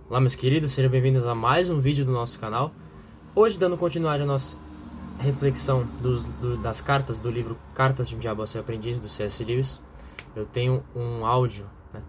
Olá meus queridos, sejam bem-vindos a mais um vídeo do nosso canal. Hoje dando continuidade à nossa reflexão das cartas do livro Cartas de um Diabo ao Seu Aprendiz, do C.S. Lewis. Eu tenho um áudio,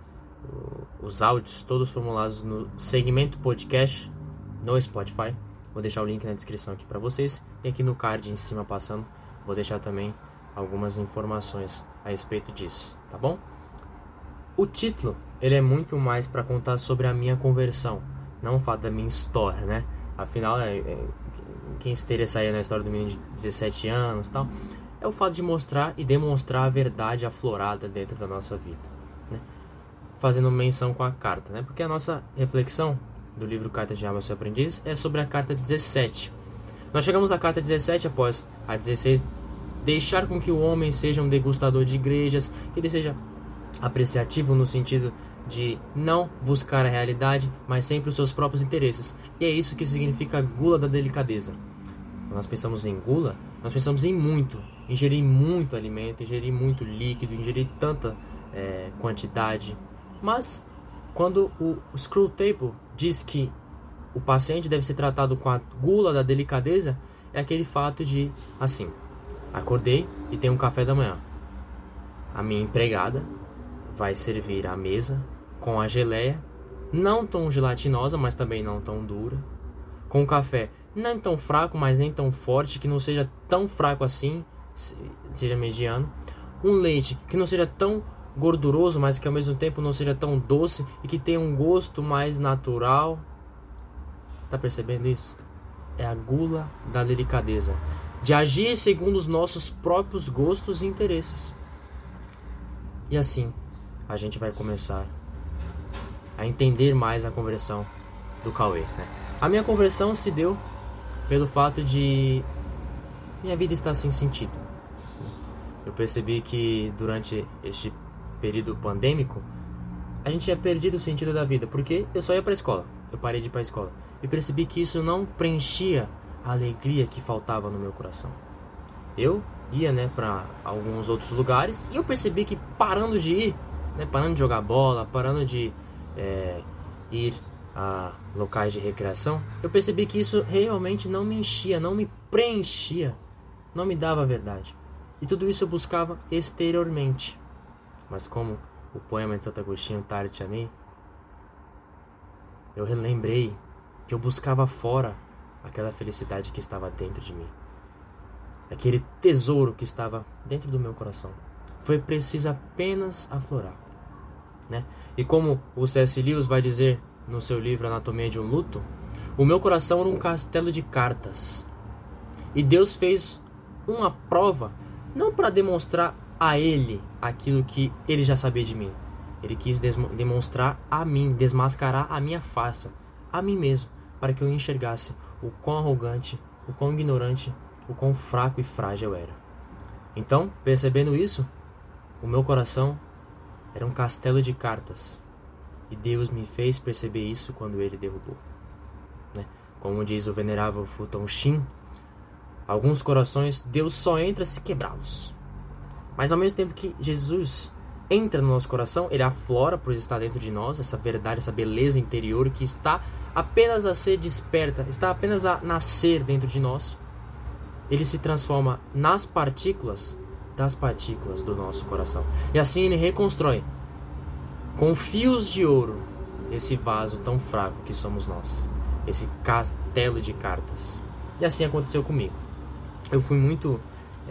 os áudios todos formulados no segmento podcast no Spotify. Vou deixar o link na descrição aqui para vocês. E aqui no card em cima passando, vou deixar também algumas informações a respeito disso, tá bom? O título, ele é muito mais para contar sobre a minha conversão, não o fato da minha história, né? Afinal, quem se interessaria na história do menino de 17 anos e tal, é o fato de mostrar e demonstrar a verdade aflorada dentro da nossa vida, né? Fazendo menção com a carta, né? Porque a nossa reflexão do livro Cartas de um Diabo ao Seu Aprendiz é sobre a carta 17. Nós chegamos à carta 17 após a 16, deixar com que o homem seja um degustador de igrejas, que ele seja apreciativo no sentido de não buscar a realidade, mas sempre os seus próprios interesses. E é isso que significa a gula da delicadeza. Quando nós pensamos em gula, nós pensamos em muito, ingerir muito alimento, ingerir muito líquido, ingerir tanta quantidade. Mas quando o Screwtape diz que o paciente deve ser tratado com a gula da delicadeza, é aquele fato de, assim, acordei e tenho um café da manhã. A minha empregada vai servir a mesa com a geleia, não tão gelatinosa, mas também não tão dura, com o café não tão fraco, mas nem tão forte, que não seja tão fraco assim, seja mediano, um leite que não seja tão gorduroso, mas que ao mesmo tempo não seja tão doce e que tenha um gosto mais natural. Tá percebendo isso? É a gula da delicadeza, de agir segundo os nossos próprios gostos e interesses. E assim a gente vai começar a entender mais a conversão do Cauê, né? A minha conversão se deu pelo fato de minha vida estar sem sentido. Eu percebi que durante este período pandêmico a gente tinha perdido o sentido da vida, porque eu só ia para a escola, eu parei de ir para a escola e percebi que isso não preenchia a alegria que faltava no meu coração. Eu ia, para alguns outros lugares e eu percebi que parando de ir, parando de jogar bola, parando de ir a locais de recreação, eu percebi que isso realmente não me enchia, não me preenchia, não me dava a verdade. E tudo isso eu buscava exteriormente. Mas como o poema de Santo Agostinho, Tarde a mim, eu relembrei que eu buscava fora aquela felicidade que estava dentro de mim, aquele tesouro que estava dentro do meu coração. Foi preciso apenas aflorar, né? E como o C.S. Lewis vai dizer no seu livro Anatomia de um Luto, o meu coração era um castelo de cartas. E Deus fez uma prova, não para demonstrar a ele aquilo que ele já sabia de mim. Ele quis demonstrar a mim, desmascarar a minha farsa, a mim mesmo, para que eu enxergasse o quão arrogante, o quão ignorante, o quão fraco e frágil eu era. Então, percebendo isso, o meu coração era um castelo de cartas. E Deus me fez perceber isso quando Ele derrubou, né? Como diz o venerável Fulton Sheen, alguns corações Deus só entra se quebrá-los. Mas ao mesmo tempo que Jesus entra no nosso coração, Ele aflora por estar dentro de nós, essa verdade, essa beleza interior que está apenas a ser desperta, está apenas a nascer dentro de nós. Ele se transforma nas partículas das partículas do nosso coração. E assim Ele reconstrói com fios de ouro esse vaso tão fraco que somos nós, esse castelo de cartas. E assim aconteceu comigo. Eu fui muito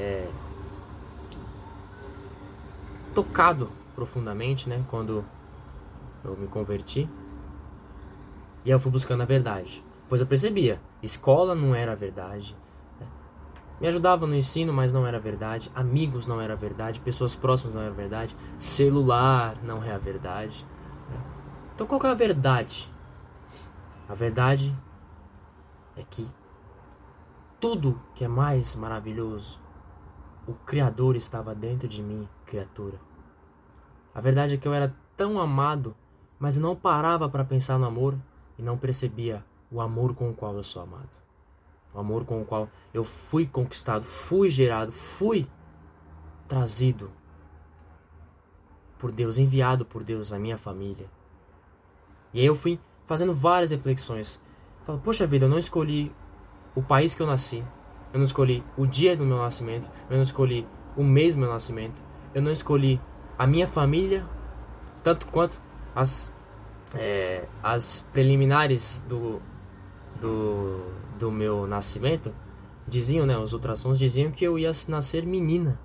tocado profundamente, quando eu me converti. E eu fui buscando a verdade, pois eu percebia, escola não era a verdade, me ajudava no ensino, mas não era verdade. Amigos não era verdade. Pessoas próximas não era verdade. Celular não é a verdade. Então qual que é a verdade? A verdade é que tudo que é mais maravilhoso, o Criador estava dentro de mim, criatura. A verdade é que eu era tão amado, mas não parava para pensar no amor e não percebia o amor com o qual eu sou amado. O amor com o qual eu fui conquistado, fui gerado, fui trazido por Deus, enviado por Deus à minha família. E aí eu fui fazendo várias reflexões. Falo, poxa vida, eu não escolhi o país que eu nasci, eu não escolhi o dia do meu nascimento, eu não escolhi o mês do meu nascimento, eu não escolhi a minha família, tanto quanto as preliminares do meu nascimento diziam, né, os ultrassons diziam que eu ia nascer menina.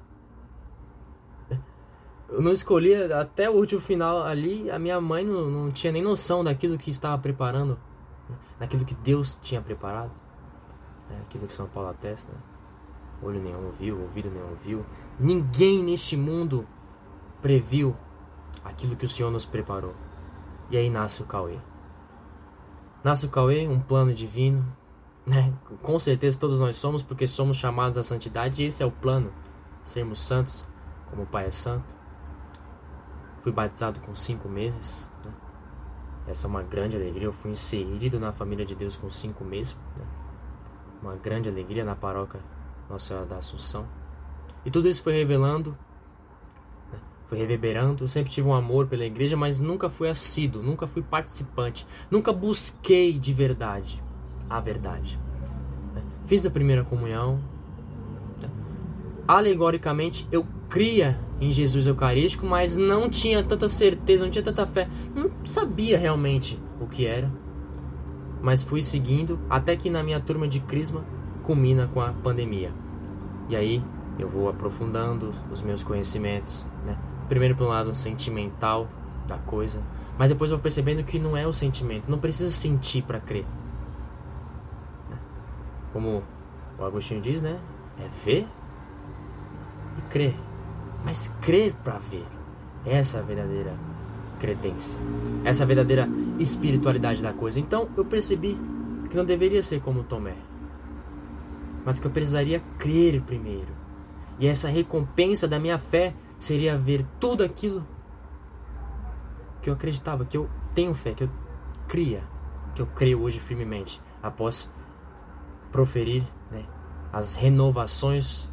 Eu não escolhi até o último final ali. A minha mãe não tinha nem noção daquilo que estava preparando, daquilo que Deus tinha preparado, aquilo que São Paulo atesta, né? Olho nenhum viu, ouvido nenhum viu. Ninguém neste mundo previu aquilo que o Senhor nos preparou. E aí nasce o Cauê. Nasce o Cauê, um plano divino, né? Com certeza todos nós somos, porque somos chamados à santidade. E esse é o plano, sermos santos como o Pai é santo. Fui batizado com 5 meses, né? Essa é uma grande alegria. Eu fui inserido na família de Deus com 5 meses, né? Uma grande alegria na paróquia Nossa Senhora da Assunção. E tudo isso foi revelando, né? Foi reverberando. Eu sempre tive um amor pela igreja, mas nunca fui assíduo, nunca fui participante, nunca busquei de verdade a verdade, né? Fiz a primeira comunhão, né? Alegoricamente eu cria em Jesus Eucarístico, mas não tinha tanta certeza, não tinha tanta fé, não sabia realmente o que era, mas fui seguindo até que na minha turma de Crisma culmina com a pandemia. E aí eu vou aprofundando os meus conhecimentos, né? Primeiro pelo lado sentimental da coisa, mas depois eu vou percebendo que não é o sentimento, não precisa sentir para crer, né? Como o Agostinho diz, né? É ver e crer. Mas crer para ver, essa é a verdadeira credência, essa é a verdadeira espiritualidade da coisa. Então eu percebi que não deveria ser como Tomé, mas que eu precisaria crer primeiro. E essa recompensa da minha fé seria ver tudo aquilo que eu acreditava, que eu tenho fé, que eu cria, que eu creio hoje firmemente, após proferir, né, as renovações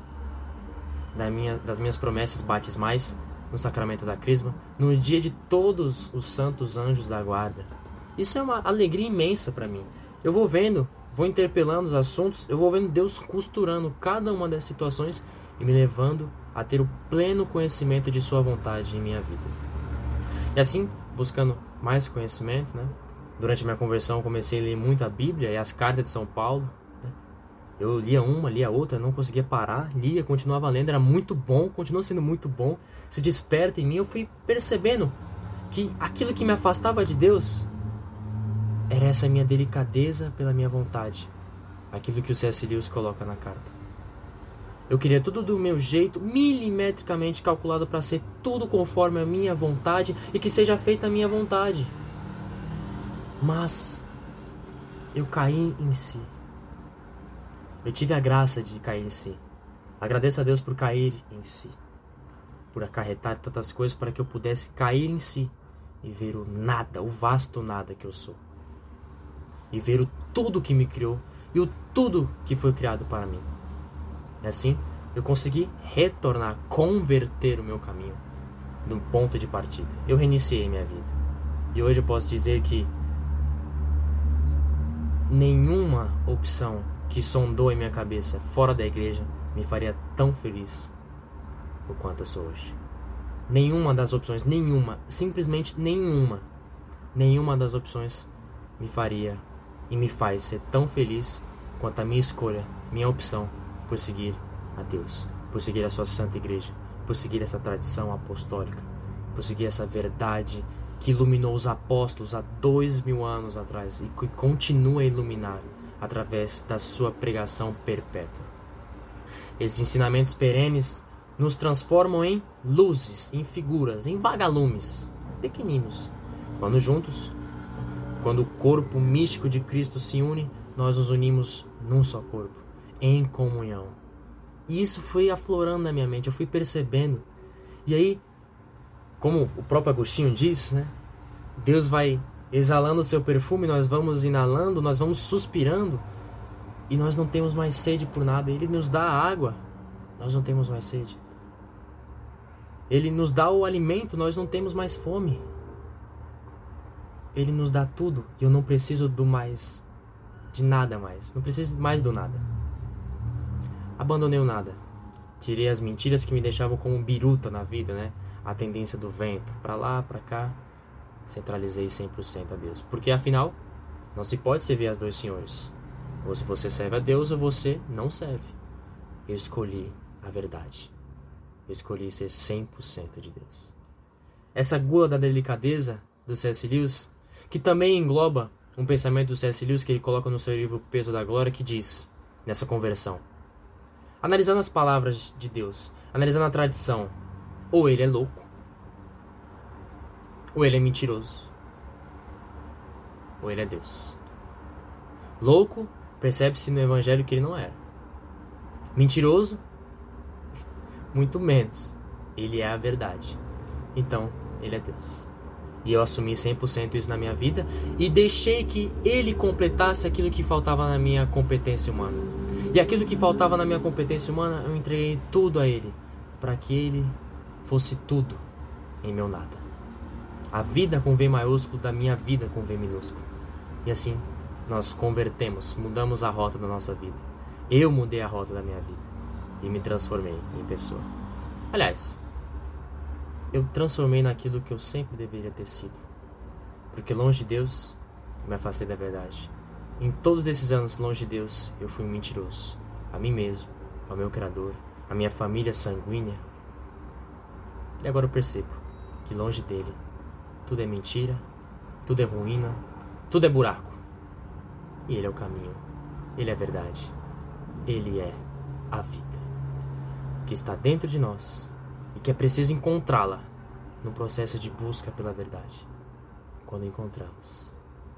das minhas promessas batismais no sacramento da Crisma, no dia de todos os santos anjos da guarda. Isso é uma alegria imensa para mim. Eu vou vendo, vou interpelando os assuntos, eu vou vendo Deus costurando cada uma das situações e me levando a ter o pleno conhecimento de sua vontade em minha vida. E assim, buscando mais conhecimento, né? Durante a minha conversão, comecei a ler muito a Bíblia e as cartas de São Paulo. Eu lia uma, lia outra, não conseguia parar, lia, continuava lendo, era muito bom, continua sendo muito bom, se desperta em mim. Eu fui percebendo que aquilo que me afastava de Deus era essa minha delicadeza pela minha vontade, aquilo que o C.S. Lewis coloca na carta. Eu queria tudo do meu jeito, milimetricamente calculado para ser tudo conforme a minha vontade e que seja feita a minha vontade. Mas eu caí em si. Eu tive a graça de cair em si. Agradeço a Deus por cair em si, por acarretar tantas coisas para que eu pudesse cair em si e ver o nada, o vasto nada que eu sou. E ver o tudo que me criou e o tudo que foi criado para mim. E assim, eu consegui retornar, converter o meu caminho do ponto de partida. Eu reiniciei minha vida. E hoje eu posso dizer que nenhuma opção que sondou em minha cabeça fora da igreja me faria tão feliz o quanto eu sou hoje. Nenhuma das opções, simplesmente nenhuma das opções me faria e me faz ser tão feliz quanto a minha escolha, minha opção por seguir a Deus, por seguir a sua santa igreja, por seguir essa tradição apostólica, por seguir essa verdade que iluminou os apóstolos há 2000 anos atrás e que continua a iluminar através da sua pregação perpétua. Esses ensinamentos perenes nos transformam em luzes, em figuras, em vagalumes pequeninos. Quando juntos, quando o corpo místico de Cristo se une, nós nos unimos num só corpo, em comunhão. E isso foi aflorando na minha mente, eu fui percebendo. E aí, como o próprio Agostinho diz, né? Deus vai exalando o seu perfume, nós vamos inalando, nós vamos suspirando, e nós não temos mais sede por nada. Ele nos dá a água, nós não temos mais sede. Ele nos dá o alimento, nós não temos mais fome. Ele nos dá tudo e eu não preciso do mais, de nada mais. Não preciso mais do nada. Abandonei o nada. Tirei as mentiras que me deixavam como biruta na vida, né? A tendência do vento, pra lá, pra cá. Centralizei 100% a Deus. Porque afinal, não se pode servir aos dois senhores. Ou se você serve a Deus ou você não serve. Eu escolhi a verdade. Eu escolhi ser 100% de Deus. Essa gula da delicadeza do C.S. Lewis, que também engloba um pensamento do C.S. Lewis que ele coloca no seu livro Peso da Glória, que diz, nessa conversão, analisando as palavras de Deus, analisando a tradição, ou ele é louco, ou ele é mentiroso, ou ele é Deus. Louco, percebe-se no evangelho que ele não era. Mentiroso, muito menos. Ele é a verdade. Então, ele é Deus. E eu assumi 100% isso na minha vida e deixei que ele completasse aquilo que faltava na minha competência humana. E aquilo que faltava na minha competência humana, eu entreguei tudo a ele, para que ele fosse tudo em meu nada. A vida com V maiúsculo da minha vida com V minúsculo. E assim, nós convertemos, mudamos a rota da nossa vida. Eu mudei a rota da minha vida e me transformei em pessoa. Aliás, eu transformei naquilo que eu sempre deveria ter sido. Porque longe de Deus, eu me afastei da verdade. Em todos esses anos longe de Deus, eu fui um mentiroso. A mim mesmo, ao meu Criador, à minha família sanguínea. E agora eu percebo que longe dele, tudo é mentira, tudo é ruína, tudo é buraco. E ele é o caminho, ele é a verdade, ele é a vida. Que está dentro de nós e que é preciso encontrá-la no processo de busca pela verdade. Quando encontramos,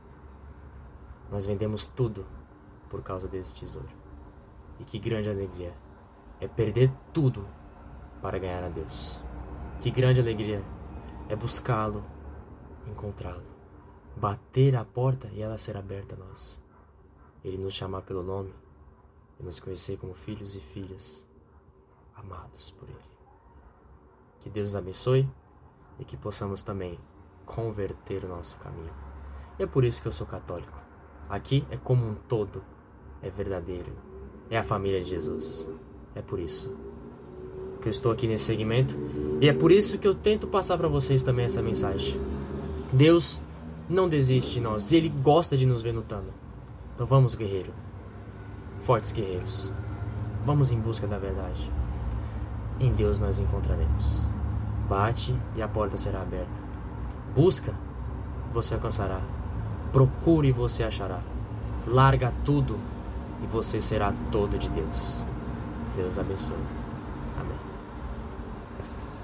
nós vendemos tudo por causa desse tesouro. E que grande alegria é perder tudo para ganhar a Deus. Que grande alegria é buscá-lo, encontrá-lo, bater a porta e ela ser aberta a nós. Ele nos chamar pelo nome e nos conhecer como filhos e filhas amados por Ele. Que Deus nos abençoe e que possamos também converter o nosso caminho. E é por isso que eu sou católico. Aqui é como um todo, é verdadeiro, é a família de Jesus. É por isso que eu estou aqui nesse segmento e é por isso que eu tento passar para vocês também essa mensagem. Deus não desiste de nós, Ele gosta de nos ver lutando. Então vamos, guerreiro, fortes guerreiros, vamos em busca da verdade. Em Deus nós encontraremos. Bate e a porta será aberta. Busca, você alcançará. Procure e você achará. Larga tudo e você será todo de Deus. Deus abençoe. Amém.